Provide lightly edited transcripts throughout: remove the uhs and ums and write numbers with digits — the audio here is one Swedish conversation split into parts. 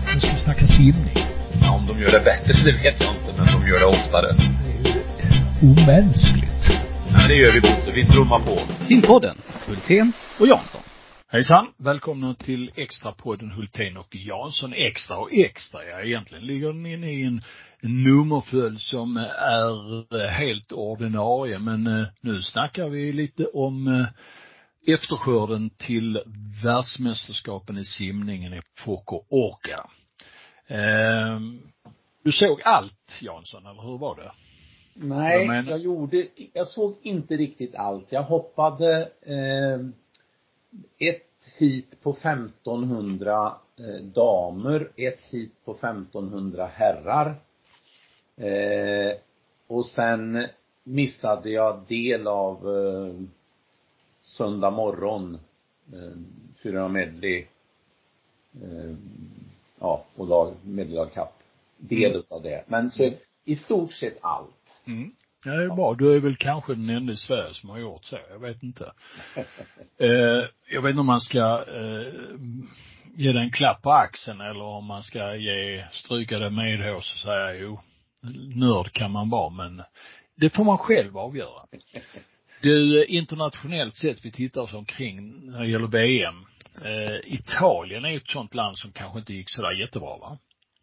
Nu ska vi snacka simning. Ja, om de gör det bättre, det vet jag inte, men de gör det oftare. Det är ju omänskligt. Ja, det gör vi, Bosse. Vi trummar på. Simpodden, Hultén och Jansson. Hejsan, välkomna till Extrapodden Hultén och Jansson. Extra och extra, ja, egentligen ligger den inne i en nummerföljd som är helt ordinarie. Men nu snackar vi lite om efterskörden till världsmästerskapen i simningen i Fukuoka. Du såg allt, Jansson, eller hur var det? Nej, jag såg inte riktigt allt. Jag hoppade ett hit på 1500 damer, ett hit på 1500 herrar. Och sen missade jag del av söndag morgon, 4 medley, och medelagkapp. Del av det. Men så i stort sett allt. Mm. Ja, det är bra. Du är väl kanske den enda i Sverige som har gjort så. Jag vet inte. Jag vet inte om man ska ge dig en klapp på axeln eller om man ska stryka det medhårs och säga jo, nörd kan man vara, men det får man själv avgöra. Du, internationellt sett, vi tittar oss omkring när det gäller VM. Italien är ett sånt land som kanske inte gick så där jättebra, va?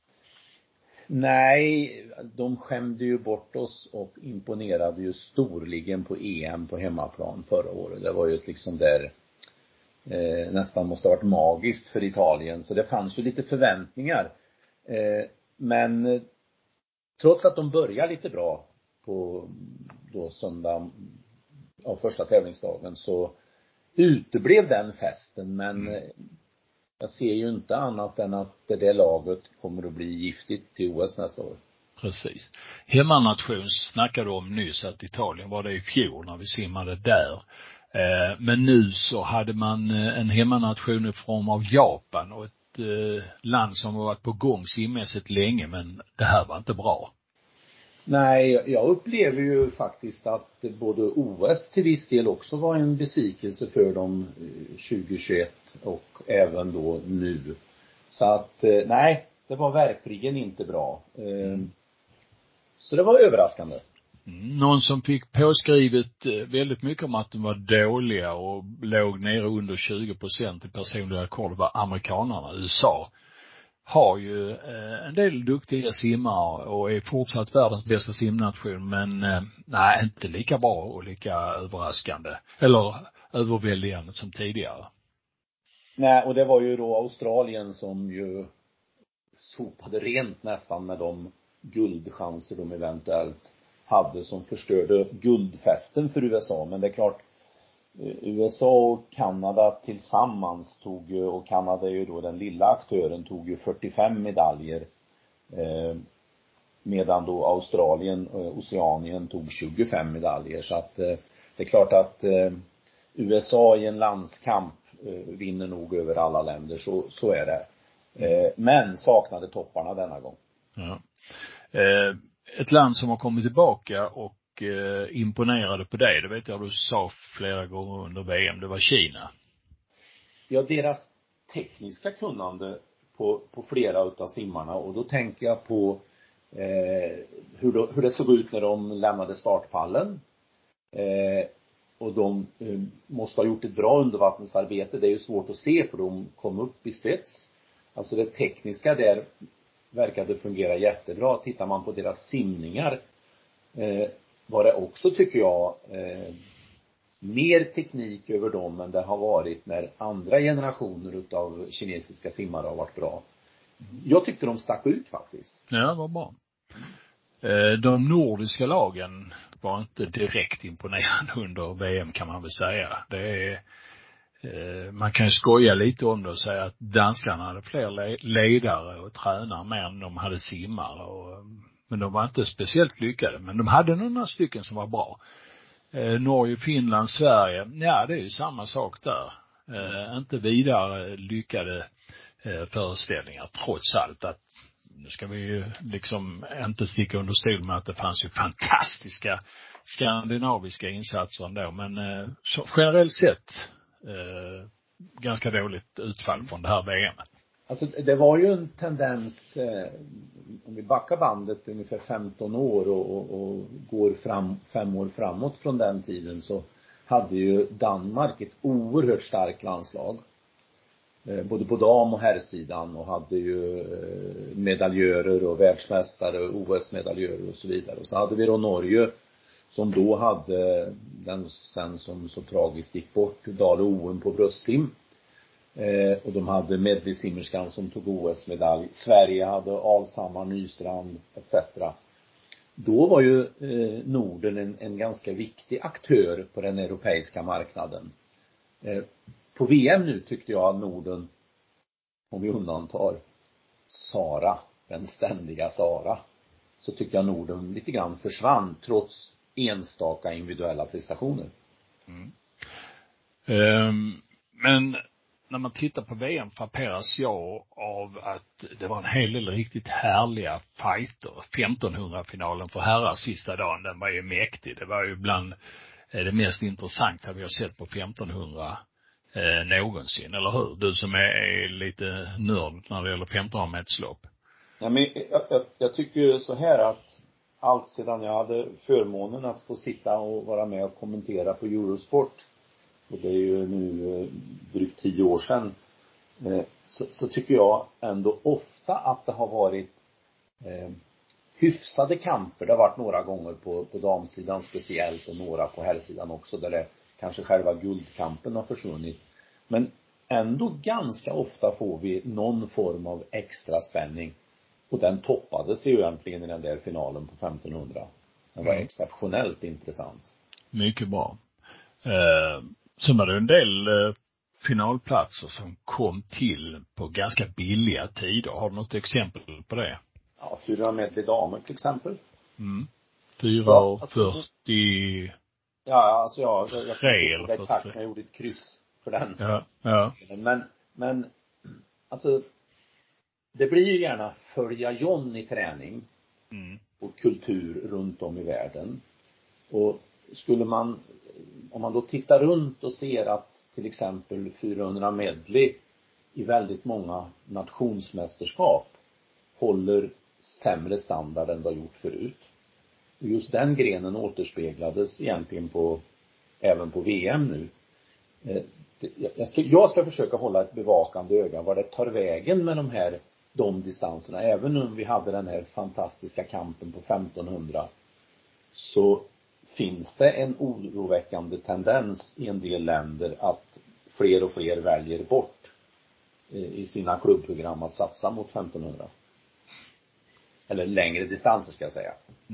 Nej, de skämde ju bort oss och imponerade ju storligen på EM på hemmaplan förra året. Det var ju liksom där nästan måste ha varit magiskt för Italien. Så det fanns ju lite förväntningar. Men trots att de började lite bra på då söndag av första tävlingsdagen så uteblev den festen. Men jag ser ju inte annat än att det laget kommer att bli giftigt till OS nästa år. Precis. Hemmanation snackade om nyss att Italien var det i fjol när vi simmade där. Men nu så hade man en hemmanation i form av Japan och ett land som har varit på gång simmässigt länge, men det här var inte bra. Nej, jag upplever ju faktiskt att både OS till viss del också var en besvikelse för dem 2021 och även då nu. Så att nej, det var verkligen inte bra. Så det var överraskande. Någon som fick påskrivet väldigt mycket om att de var dåliga och låg nere under 20% i personliga rekord var amerikanerna. USA har ju en del duktiga simmare och är fortsatt världens bästa simnation, men nej, inte lika bra och lika överraskande eller överväldigande som tidigare. Nej, och det var ju då Australien som ju sopade rent nästan med de guldchanser de eventuellt hade, som förstörde guldfesten för USA. Men det är klart, USA och Kanada tillsammans och Kanada är ju då den lilla aktören, tog ju 45 medaljer. Medan då Australien och Oceanien tog 25 medaljer. Så att det är klart att USA i en landskamp vinner nog över alla länder. Så är det. Men saknade topparna denna gång. Ja. Ett land som har kommit tillbaka och imponerade på dig, det vet jag du sa flera gånger under VM, det var Kina. Ja, deras tekniska kunnande på flera utav simmarna, och då tänker jag på hur det såg ut när de lämnade startpallen. Och de måste ha gjort ett bra undervattensarbete. Det är ju svårt att se för de kom upp i spets. Alltså det tekniska där verkade fungera jättebra. Tittar man på deras simningar var det också, tycker jag, mer teknik över dem än det har varit när andra generationer utav kinesiska simmare har varit bra. Jag tyckte de stack ut faktiskt. Ja, det var bra. De nordiska lagen var inte direkt imponerande under VM, kan man väl säga. Det är, man kan ju skoja lite om det och säga att danskarna hade fler ledare och tränare mer än de hade simmare. Men de var inte speciellt lyckade. Men de hade några stycken som var bra. Norge, Finland, Sverige, ja, det är ju samma sak där. Inte vidare lyckade föreställningar, trots allt. Att nu ska vi ju liksom inte sticka under stol med att det fanns ju fantastiska skandinaviska insatser ändå. Men generellt sett ganska dåligt utfall från det här VM. Alltså det var ju en tendens, om vi backar bandet ungefär 15 år och går 5 år framåt från den tiden, så hade ju Danmark ett oerhört starkt landslag. Både på dam- och herrsidan, och hade ju medaljörer och världsmästare och OS-medaljörer och så vidare. Och så hade vi då Norge, som då hade den sen som så tragiskt gick bort, Dale Oen på bröstsim. Och de hade medleysimmerskan som tog OS-medalj. Sverige hade Alshammar, Nystrand etc. Då var ju Norden en ganska viktig aktör på den europeiska marknaden. På VM nu tyckte jag att Norden, om vi undantar Sara, den ständiga Sara, så tyckte jag Norden lite grann försvann trots enstaka individuella prestationer. Men när man tittar på VM frapperas jag av att det var en hel del riktigt härliga fighter. 1500-finalen för herrar sista dagen, den var ju mäktig. Det var ju bland det mest intressanta vi har sett på 1500 någonsin, eller hur? Du som är lite nörd när det gäller 1500-meterslopp. Ja, men jag tycker ju så här att allt sedan jag hade förmånen att få sitta och vara med och kommentera på Eurosport, och det är ju nu drygt 10 år sedan, så tycker jag ändå ofta att det har varit hyfsade kamper. Det har varit några gånger på damsidan speciellt, och några på herrsidan också, där det kanske själva guldkampen har försvunnit. Men ändå ganska ofta får vi någon form av extra spänning. Och den toppades ju egentligen i den där finalen på 1500. Den var exceptionellt intressant. Mycket bra. Så var det en del finalplatser som kom till på ganska billiga tider. Har du något exempel på det? Ja, 400 meter damer till exempel. 4:40. Ja, alltså jag eller exakt, jag gjorde ett kryss för den. Ja. Men alltså det blir ju gärna följa John i träning och kultur runt om i världen. Och skulle man, om man då tittar runt och ser att till exempel 400 medley i väldigt många nationsmästerskap håller sämre standard än vad gjort förut. Och just den grenen återspeglades egentligen även på VM nu. Jag ska försöka hålla ett bevakande öga vad det tar vägen med de distanserna. Även om vi hade den här fantastiska kampen på 1500, så finns det en oroväckande tendens i en del länder att fler och fler väljer bort i sina klubbprogram att satsa mot 1500. Eller längre distanser ska jag säga.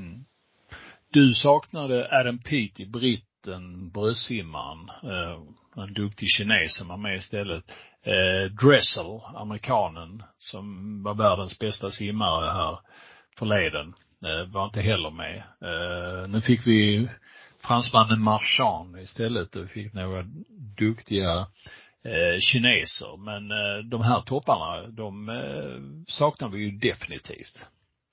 Du saknade Adam Peaty, britten, bröstsimmaren, en duktig kines som var med istället. Dressel, amerikanen, som var världens bästa simmare här förleden, var inte heller med. Nu fick vi fransmannen Marchand istället, och fick några duktiga kineser. Men de här topparna, de saknar vi ju definitivt.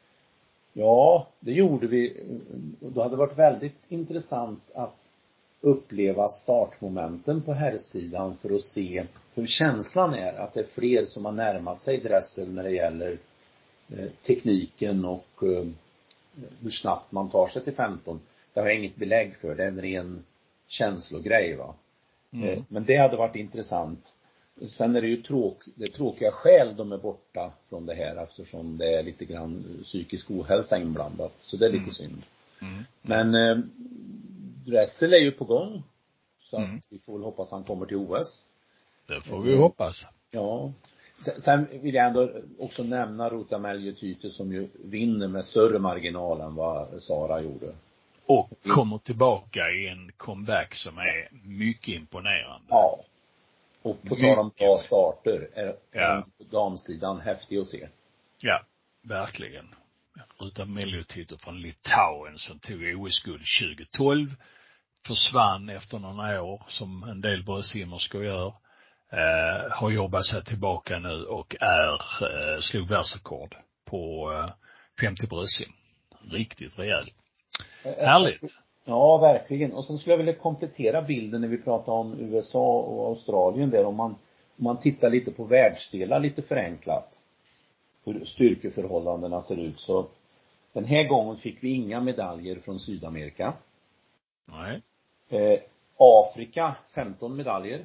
Ja, det gjorde vi. Det hade varit väldigt intressant att uppleva startmomenten på herrsidan för att se hur känslan är att det är fler som har närmat sig Dressel när det gäller tekniken och hur snabbt man tar sig till 15. Det har jag inget belägg för, det är en ren känslogrej va. Men det hade varit intressant. Sen är det ju tråkiga skäl de är borta från det här, eftersom det är lite grann psykisk ohälsa inblandat. Så det är lite synd. Men Dressel är ju på gång. Så att vi får väl hoppas han kommer till OS. Det får vi hoppas. Ja. Sen vill jag ändå också nämna Ruta Mäljetyte, som ju vinner med större marginal än vad Sara gjorde. Och kommer tillbaka i en comeback som är mycket imponerande. Ja. Och på tal om bra starter är damsidan häftig att se. Ja, verkligen. Ruta Mäljetyte från Litauen som tog OS-guld 2012. Försvann efter några år, som en del bröstsimmerskor gör. Har jobbat sig tillbaka nu och slog världsrekord på 50 bröstsim. Riktigt rejält. Härligt. Ja, verkligen. Och sen skulle jag vilja komplettera bilden när vi pratar om USA och Australien där. Om om man tittar lite på världsdelar lite förenklat, hur styrkeförhållandena ser ut, så den här gången fick vi inga medaljer från Sydamerika. Nej. Afrika 15 medaljer.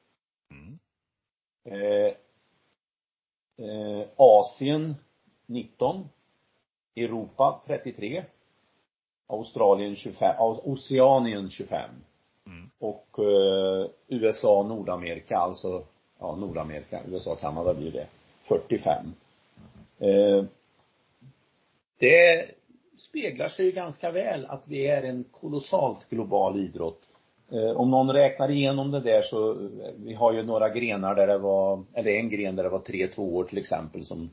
Asien 19. Europa 33. Australien 25. Oceanien 25. Och USA, Nordamerika, alltså Nordamerika, USA, Kanada blir det 45. Det speglar sig ju ganska väl att vi är en kolossalt global idrott. Om någon räknar igenom det där, så vi har ju några grenar där det var, eller en gren där det var 3 2-år till exempel, som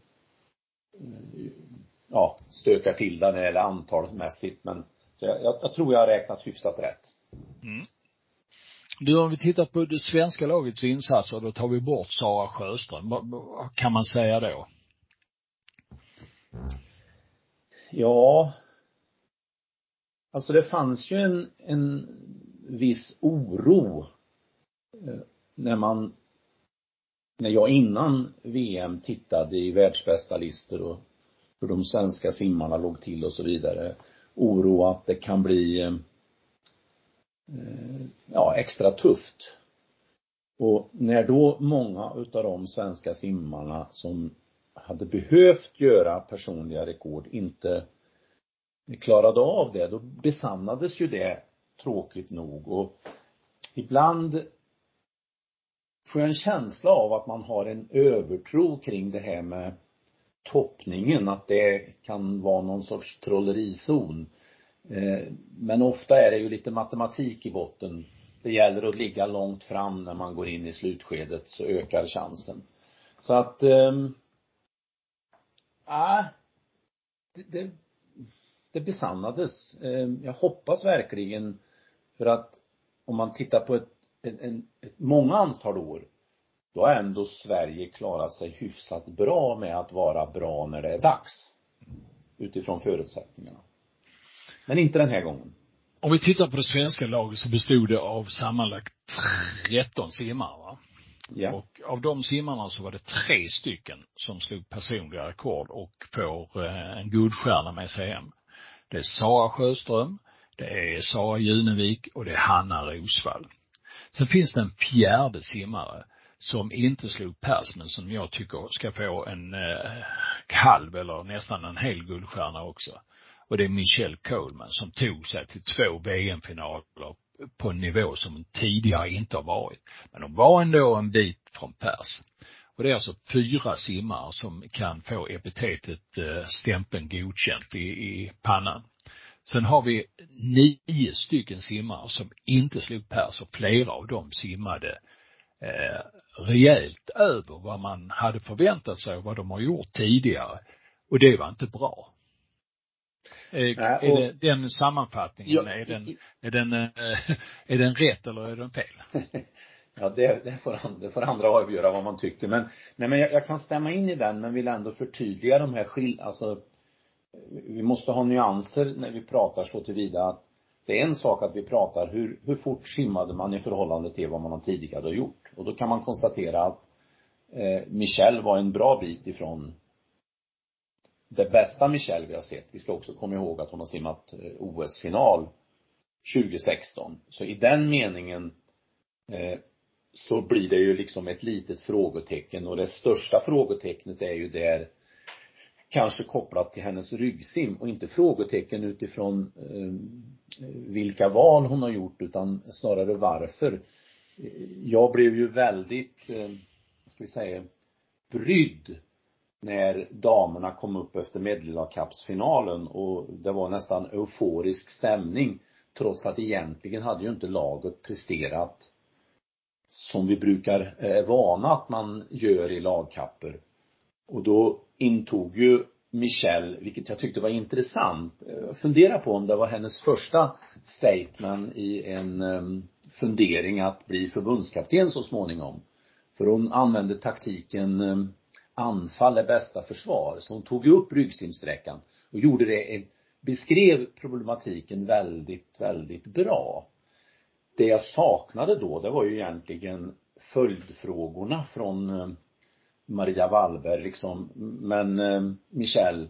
stökar till den eller antalsmässigt, men så jag tror jag har räknat hyfsat rätt. Du, om vi tittar på det svenska lagets insatser, då tar vi bort Sara Sjöström. Vad kan man säga då? Ja, alltså det fanns ju en viss oro när jag innan VM tittade i världsbästa listor och hur de svenska simmarna låg till och så vidare. Oro att det kan bli extra tufft. Och när då många utav de svenska simmarna som hade behövt göra personliga rekord inte klarade av det, då besannades ju det tråkigt nog. Och ibland får jag en känsla av att man har en övertro kring det här med toppningen, att det kan vara någon sorts trollerizon. Men ofta är det ju lite matematik i botten. Det gäller att ligga långt fram när man går in i slutskedet, så ökar chansen. Så att det besannades. Jag hoppas verkligen, för att om man tittar på ett många antal år, då har ändå Sverige klarat sig hyfsat bra med att vara bra när det är dags, utifrån förutsättningarna. Men inte den här gången. Om vi tittar på det svenska laget, så bestod det av sammanlagt 13 simmare, va? Ja. Och av de simmarna så var det 3 stycken som slog personliga rekord och får en guldstjärna med sig hem. Det är Sara Sjöström, det är Sara Junevik och det är Hanna Rosvall. Sen finns det en 4:e simmare som inte slog pers, men som jag tycker ska få en halv eller nästan en hel guldstjärna också. Och det är Michelle Coleman som tog sig till 2 VM-finaler på en nivå som tidigare inte har varit. Men de var ändå en bit från pers. Och det är alltså 4 simmare som kan få epitetet stämpeln godkänt i pannan. Sen har vi 9 stycken simmare som inte slog pers, och flera av dem simmade rejält över vad man hade förväntat sig och vad de har gjort tidigare. Och det var inte bra. Är det den sammanfattningen? Ja, är den rätt eller är den fel? Ja, det får andra avgöra vad man tycker. Men jag kan stämma in i den, men vill ändå förtydliga de här alltså vi måste ha nyanser när vi pratar, så tillvida att det är en sak att vi pratar hur fort simmade man i förhållande till vad man har tidigare har gjort. Och då kan man konstatera att Michelle var en bra bit ifrån det bästa Michelle vi har sett. Vi ska också komma ihåg att hon har simmat OS-final 2016. Så i den meningen så blir det ju liksom ett litet frågetecken. Och det största frågetecknet är ju där kanske kopplat till hennes ryggsim, och inte frågetecken utifrån vilka val hon har gjort, utan snarare varför. Jag blev ju väldigt brydd när damerna kom upp efter medelhavskapsfinalen, och det var nästan euforisk stämning, trots att egentligen hade ju inte laget presterat som vi brukar vana att man gör i lagkapper. Och då intog ju Michelle, vilket jag tyckte var intressant, fundera på om det var hennes första statement i en fundering att bli förbundskapten så småningom. För hon använde taktiken anfall är bästa försvar. Så hon tog upp ryggsimsträckan och gjorde det, beskrev problematiken väldigt, väldigt bra. Det jag saknade då, det var ju egentligen följdfrågorna från Maria Wallberg liksom. Men Michelle,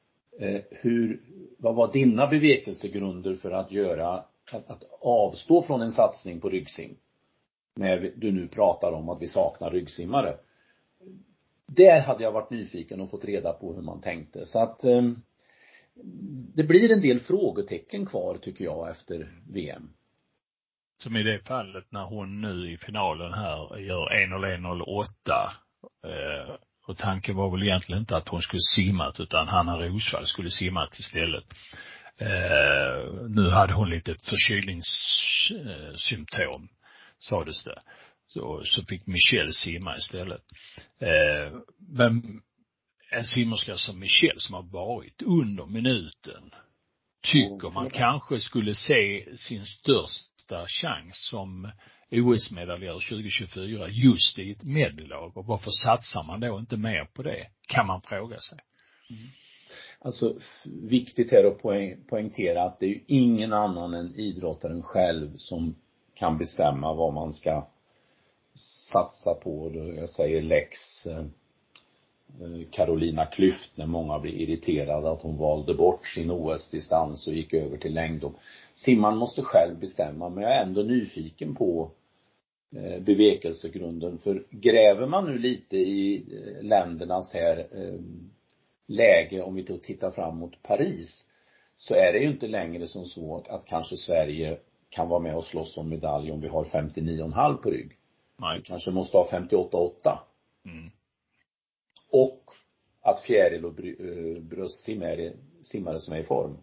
vad var dina bevekelsegrunder för att att avstå från en satsning på ryggsim? När du nu pratar om att vi saknar ryggsimmare. Där hade jag varit nyfiken och fått reda på hur man tänkte. Så att det blir en del frågetecken kvar tycker jag efter VM. Som i det fallet när hon nu i finalen här gör 1:01:08. Och tanken var väl egentligen inte att hon skulle simmat utan Hanna Rosvall skulle simmat istället. Nu hade hon lite förkylningssymptom, sades det. Så fick Michelle simma istället. Men en simmerska som Michelle som har varit under minuten tycker man kanske skulle se sin största chans som OS-medaljör 2024 just i ett medellag. Och varför satsar man då inte mer på det? Kan man fråga sig. Alltså viktigt är att poängtera att det är ju ingen annan än idrottaren själv som kan bestämma vad man ska satsa på. Jag säger Lex Carolina Klüft när många blir irriterade att hon valde bort sin OS-distans och gick över till längdhopp. Simman måste själv bestämma, men jag är ändå nyfiken på bevekelsegrunden. För gräver man nu lite i ländernas här läge, om vi då tittar fram mot Paris, så är det ju inte längre som så att kanske Sverige kan vara med och slåss om medalj om vi har 59,5 på rygg. Nej. Vi kanske måste ha 58,8. Mm. Och att fjäril och bröstsim är simmare som är i form.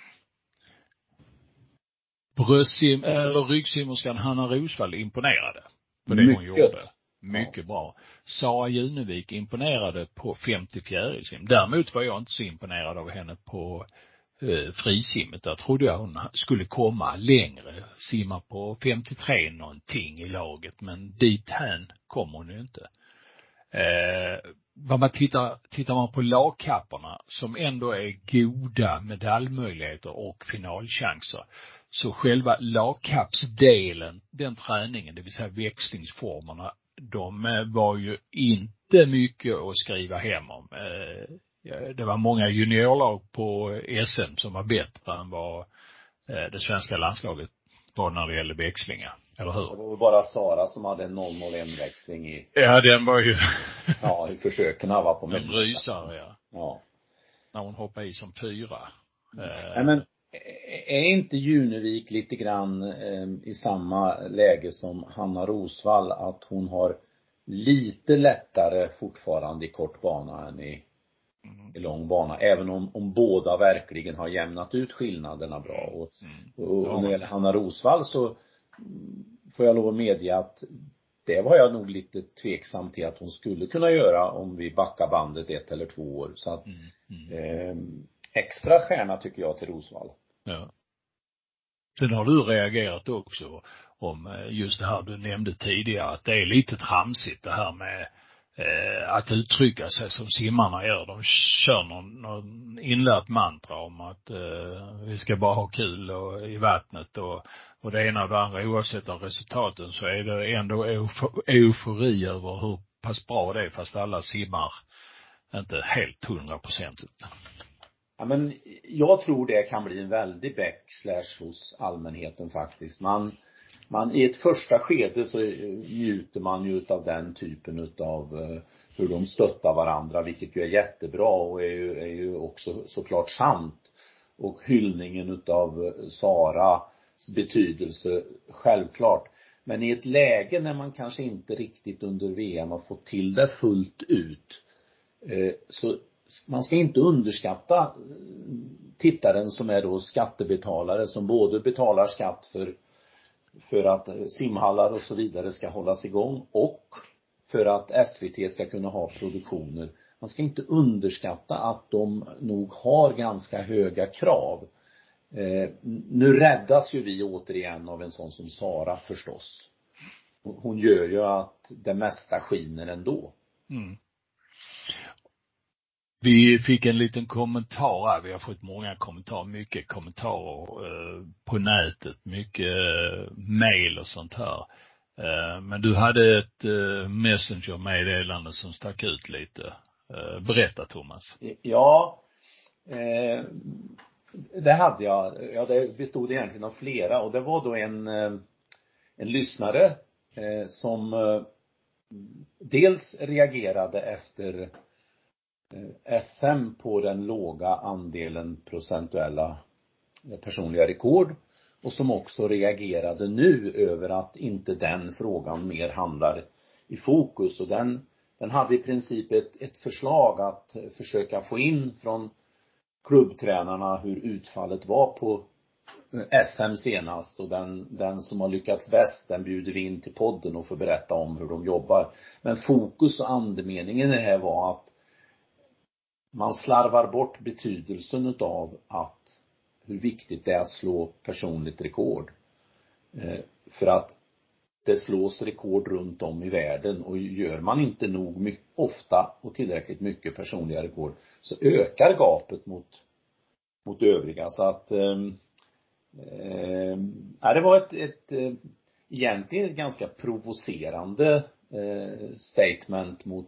Ryggsimmerskan Hanna Rosvall imponerade på det hon gjorde. Mycket bra. Sara Junevik imponerade på 50 fjärilsim. Däremot var jag inte så imponerad av henne på frisimmet. Där trodde jag hon skulle komma längre. Simma på 53 någonting i laget. Men dit hän kom hon ju inte. Vad man tittar man på lagkapporna som ändå är goda medaljmöjligheter och finalchanser. Så själva lagkappsdelen, den träningen, det vill säga växlingsformerna, de var ju inte mycket att skriva hem om. Det var många juniorlag på SM som var bättre än vad det svenska landslaget var när det gällde växlingar. Eller hur? Det var bara Sara som hade en 0-0-1 växling i. Ja, den var ju ja, i försöken var på en rysare, ja. Ja. När hon hoppade i som 4. Nej, men är inte Junevik lite grann i samma läge som Hanna Rosvall, att hon har lite lättare fortfarande i kort bana än i lång bana, även om båda verkligen har jämnat ut skillnaderna bra. Och när det gäller Hanna Rosvall så får jag lov att medge att det var jag nog lite tveksam till att hon skulle kunna göra om vi backar bandet 1 eller 2 år. Så att extra stjärna tycker jag till Rosvall. Ja. Sen har du reagerat också om just det här du nämnde tidigare, att det är lite tramsigt det här med att uttrycka sig som simmarna gör. De kör någon inlärt mantra om att vi ska bara ha kul i vattnet och det ena och det andra, oavsett av resultaten, så är det ändå eufori över hur pass bra det är, fast alla simmar inte helt 100%. Ja, men jag tror det kan bli en väldig backslash hos allmänheten faktiskt. Man i ett första skede så njuter man ju av den typen av hur de stöttar varandra, vilket ju är jättebra och är ju också såklart sant. Och hyllningen av Saras betydelse, självklart. Men i ett läge när man kanske inte riktigt under VM har fått till det fullt ut, så man ska inte underskatta tittaren som är då skattebetalare, som både betalar skatt för att simhallar och så vidare ska hållas igång och för att SVT ska kunna ha produktioner. Man ska inte underskatta att de nog har ganska höga krav. Nu räddas ju vi återigen av en sån som Sara förstås. Hon gör ju att det mesta skiner ändå. Mm. Vi fick en liten kommentar här. Vi har fått många kommentarer, mycket kommentarer på nätet, mycket mejl och sånt här. Men du hade ett Messenger-meddelande som stack ut lite. Berätta, Thomas. Ja, det hade jag. Ja, det bestod egentligen av flera. Och det var då en lyssnare som dels reagerade efter SM på den låga andelen procentuella personliga rekord, och som också reagerade nu över att inte den frågan mer handlar i fokus. Och den hade i princip ett förslag att försöka få in från klubbtränarna hur utfallet var på SM senast, och den som har lyckats bäst, den bjuder vi in till podden och får berätta om hur de jobbar. Men fokus och andemeningen i det här var att man slarvar bort betydelsen utav att hur viktigt det är att slå personligt rekord. För att det slås rekord runt om i världen, och gör man inte nog ofta och tillräckligt mycket personliga rekord, så ökar gapet mot övriga. Så att det var ett egentligen ett ganska provocerande statement mot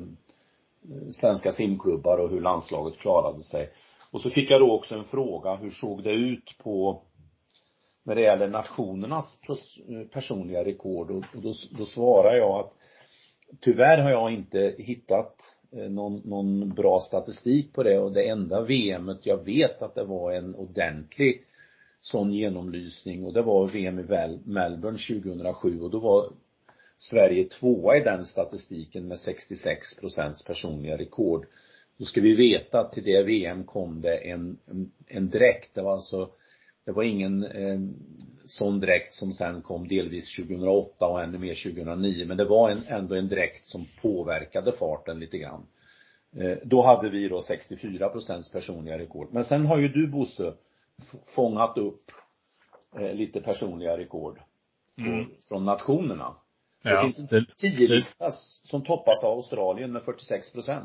svenska simklubbar och hur landslaget klarade sig. Och så fick jag då också en fråga, hur såg det ut när det gäller nationernas personliga rekord, och då svarar jag att tyvärr har jag inte hittat någon bra statistik på det, och det enda VMet jag vet att det var en ordentlig sån genomlysning, och det var VM i Melbourne 2007, och då var Sverige tvåa i den statistiken med 66% personliga rekord. Då ska vi veta att till det VM kom det en dräkt. Det var ingen sån dräkt som sen kom delvis 2008 och ännu mer 2009. Men det var ändå en dräkt som påverkade farten lite grann. Då hade vi då 64% personliga rekord. Men sen har ju du, Bosse, fångat upp lite personliga rekord från nationerna. Det finns en 10-lista som toppas av Australien med 46%.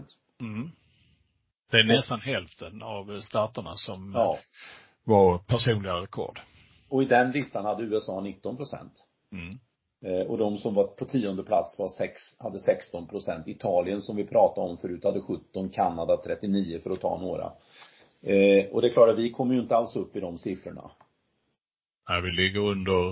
Det är nästan hälften av starterna som var personliga rekord. Och i den listan hade USA 19%. Och de som var på 10:e plats hade 16%. Italien, som vi pratade om förut, hade 17%. Kanada 39%, för att ta några. Och det är klart att vi kommer ju inte alls upp i de siffrorna. Nej, vi ligger under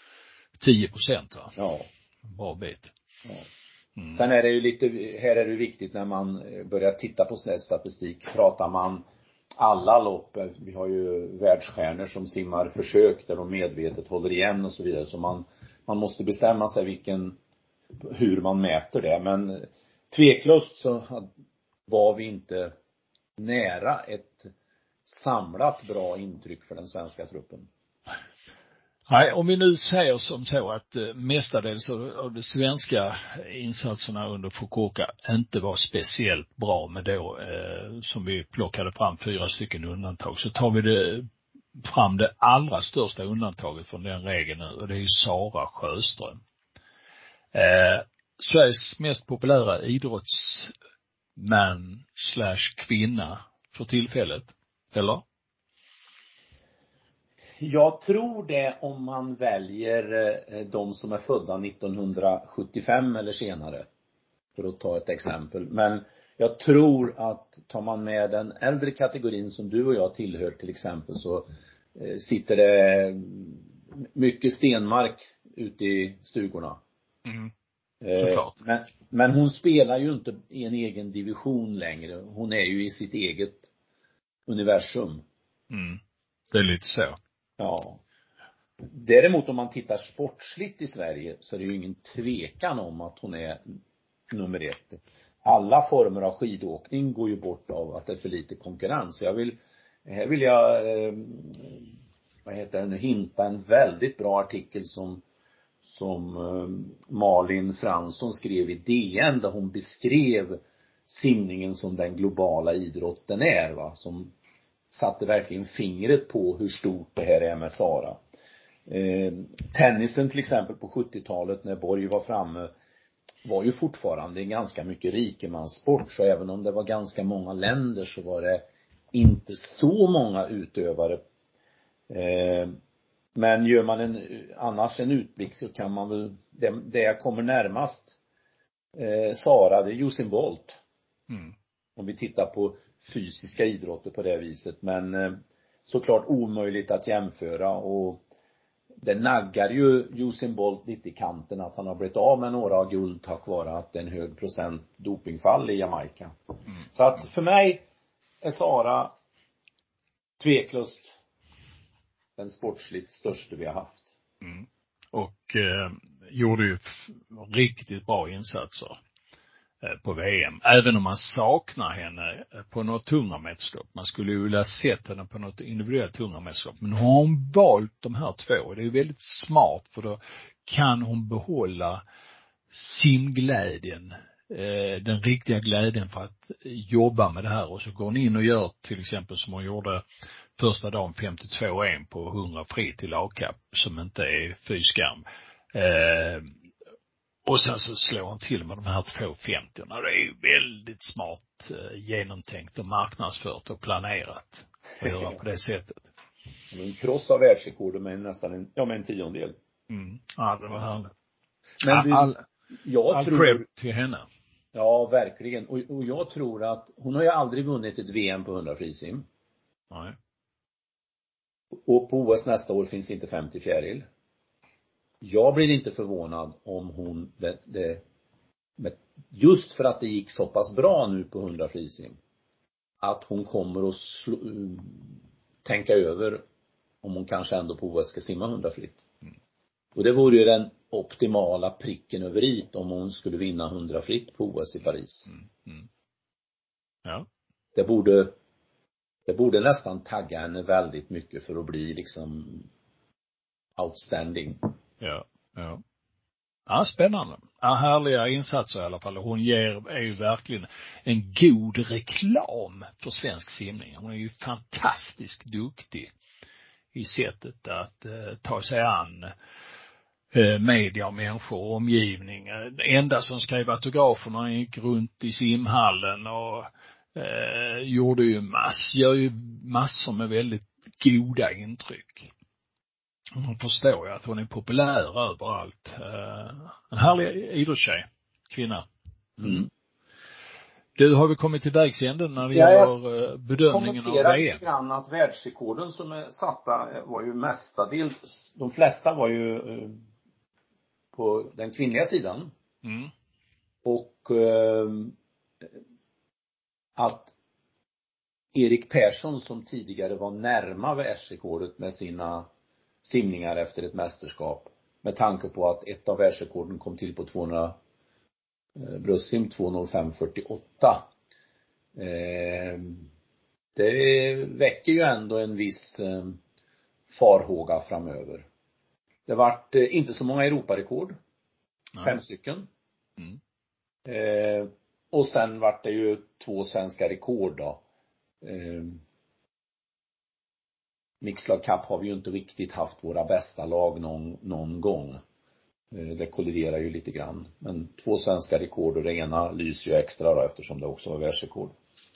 10%, va? Ja. Bra bit. Ja. Sen är det ju här är det viktigt när man börjar titta på sån här statistik. Pratar man alla lopp, vi har ju världsstjärnor som simmar försök där de medvetet håller igen och så vidare. Så man måste bestämma sig hur man mäter det. Men tveklöst så var vi inte nära ett samlat bra intryck för den svenska truppen. Nej, om vi nu säger som så att mestadels av de svenska insatserna under Fukuoka inte var speciellt bra, med då som vi plockade fram 4 stycken undantag, så tar vi fram det allra största undantaget från den regeln nu, och det är ju Sara Sjöström. Sveriges mest populära idrottsman / kvinna för tillfället, eller? Jag tror det, om man väljer de som är födda 1975 eller senare, för att ta ett exempel. Men jag tror att tar man med den äldre kategorin som du och jag tillhör till exempel, så sitter det mycket Stenmark ute i stugorna. Såklart. Men hon spelar ju inte i en egen division längre. Hon är ju i sitt eget universum. Det är lite så. Ja. Däremot om man tittar sportsligt i Sverige, så är det ju ingen tvekan om att hon är nummer 1. Alla former av skidåkning går ju bort av att det är för lite konkurrens. Här vill jag hinta en väldigt bra artikel som Malin Fransson skrev i DN, där hon beskrev simningen som den globala idrotten är, va, som satte verkligen fingret på hur stort det här är med Sara. Tennisen till exempel på 70-talet, när Borg var framme, var ju fortfarande en ganska mycket rikemanssport. Så även om det var ganska många länder, så var det inte så många utövare. Men gör man annars en utblick så kan man väl, det jag kommer närmast Sara, det är Usain Bolt. Om vi tittar på fysiska idrotter på det viset. Men såklart omöjligt att jämföra, och det naggar ju Usain Bolt lite i kanten att han har blivit av med några guld tack vare att det är en hög procent dopingfall i Jamaica. Så att för mig är Sara tveklöst den sportsligt största vi har haft. Och gjorde ju riktigt bra insatser på VM. Även om man saknar henne på något 100-meterslopp. Man skulle ju vilja sett henne på något individuellt 100-meterslopp. Men har hon valt de här två. Det är ju väldigt smart, för då kan hon behålla simglädjen. Den riktiga glädjen för att jobba med det här. Och så går hon in och gör till exempel som hon gjorde första dagen 52,1 på 100 fritt i lagkapp, som inte är fyskam. Och sen så slår hon till med de här 2,50. Det är ju väldigt smart genomtänkt och marknadsfört och planerat att göra på det sättet. En kross av världsrekordet med nästan en tiondel. Ja, det var härligt. Men all cred till henne. Ja, verkligen. Och jag tror att hon har ju aldrig vunnit ett VM på 100 frisim. Nej. Och på OS nästa år finns inte 50 fjäril. Jag blir inte förvånad om hon just för att det gick så pass bra nu på 100 frisim, att hon kommer att tänka över om hon kanske ändå på OS ska simma 100 fritt. Och det vore ju den optimala pricken över i om hon skulle vinna 100 fritt på OS i Paris. Ja. Det borde nästan tagga henne väldigt mycket för att bli liksom outstanding. Ja, spännande. Ja, härliga insatser i alla fall. Hon är ju verkligen en god reklam för svensk simning. Hon är ju fantastiskt duktig i sättet att ta sig an media och människor och omgivning. Det enda som skrev autograferna gick runt i simhallen och gör ju massor med väldigt goda intryck. Hon förstår ju att hon är populär överallt. En härlig idrottstjej, kvinna. Du har väl kommit till vägs ände när det gäller bedömningen av VM. Jag kommenterar grann att världsrekorden som är satta var ju mestadels, de flesta var ju på den kvinnliga sidan. Och att Erik Persson, som tidigare var närma världsrekordet med sina simningar efter ett mästerskap, med tanke på att ett av världsrekorden kom till på 200 bröstsim 2:05,48. Det väcker ju ändå en viss farhåga framöver. Det vart inte så många Europarekord. 5 stycken. Och sen vart det ju 2 svenska rekord då. Mixed Cup har vi ju inte riktigt haft våra bästa lag någon gång. Det kolliderar ju lite grann. Men 2 svenska rekord, och det ena lyser ju extra då, eftersom det också var världsrekord.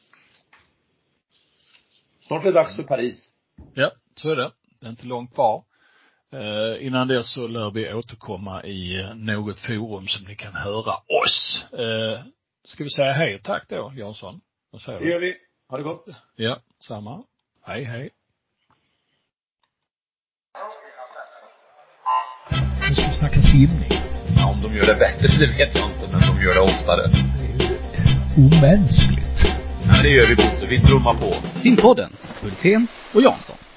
Snart är det dags för Paris. Ja, så är det. Det är inte långt kvar. Innan det så lär vi återkomma i något forum som ni kan höra oss. Ska vi säga hej och tack då, Jansson? Vad säger du? Det gör vi. Ha det gott. Ja, samma. Hej, hej. Nu ska vi snacka simning. Ja, om de gör det bättre, det vet jag inte, men de gör det oftare. Det är ju omänskligt. Ja, det gör vi, Bosse. Vi trummar på. Simpodden, Hultén och Jansson.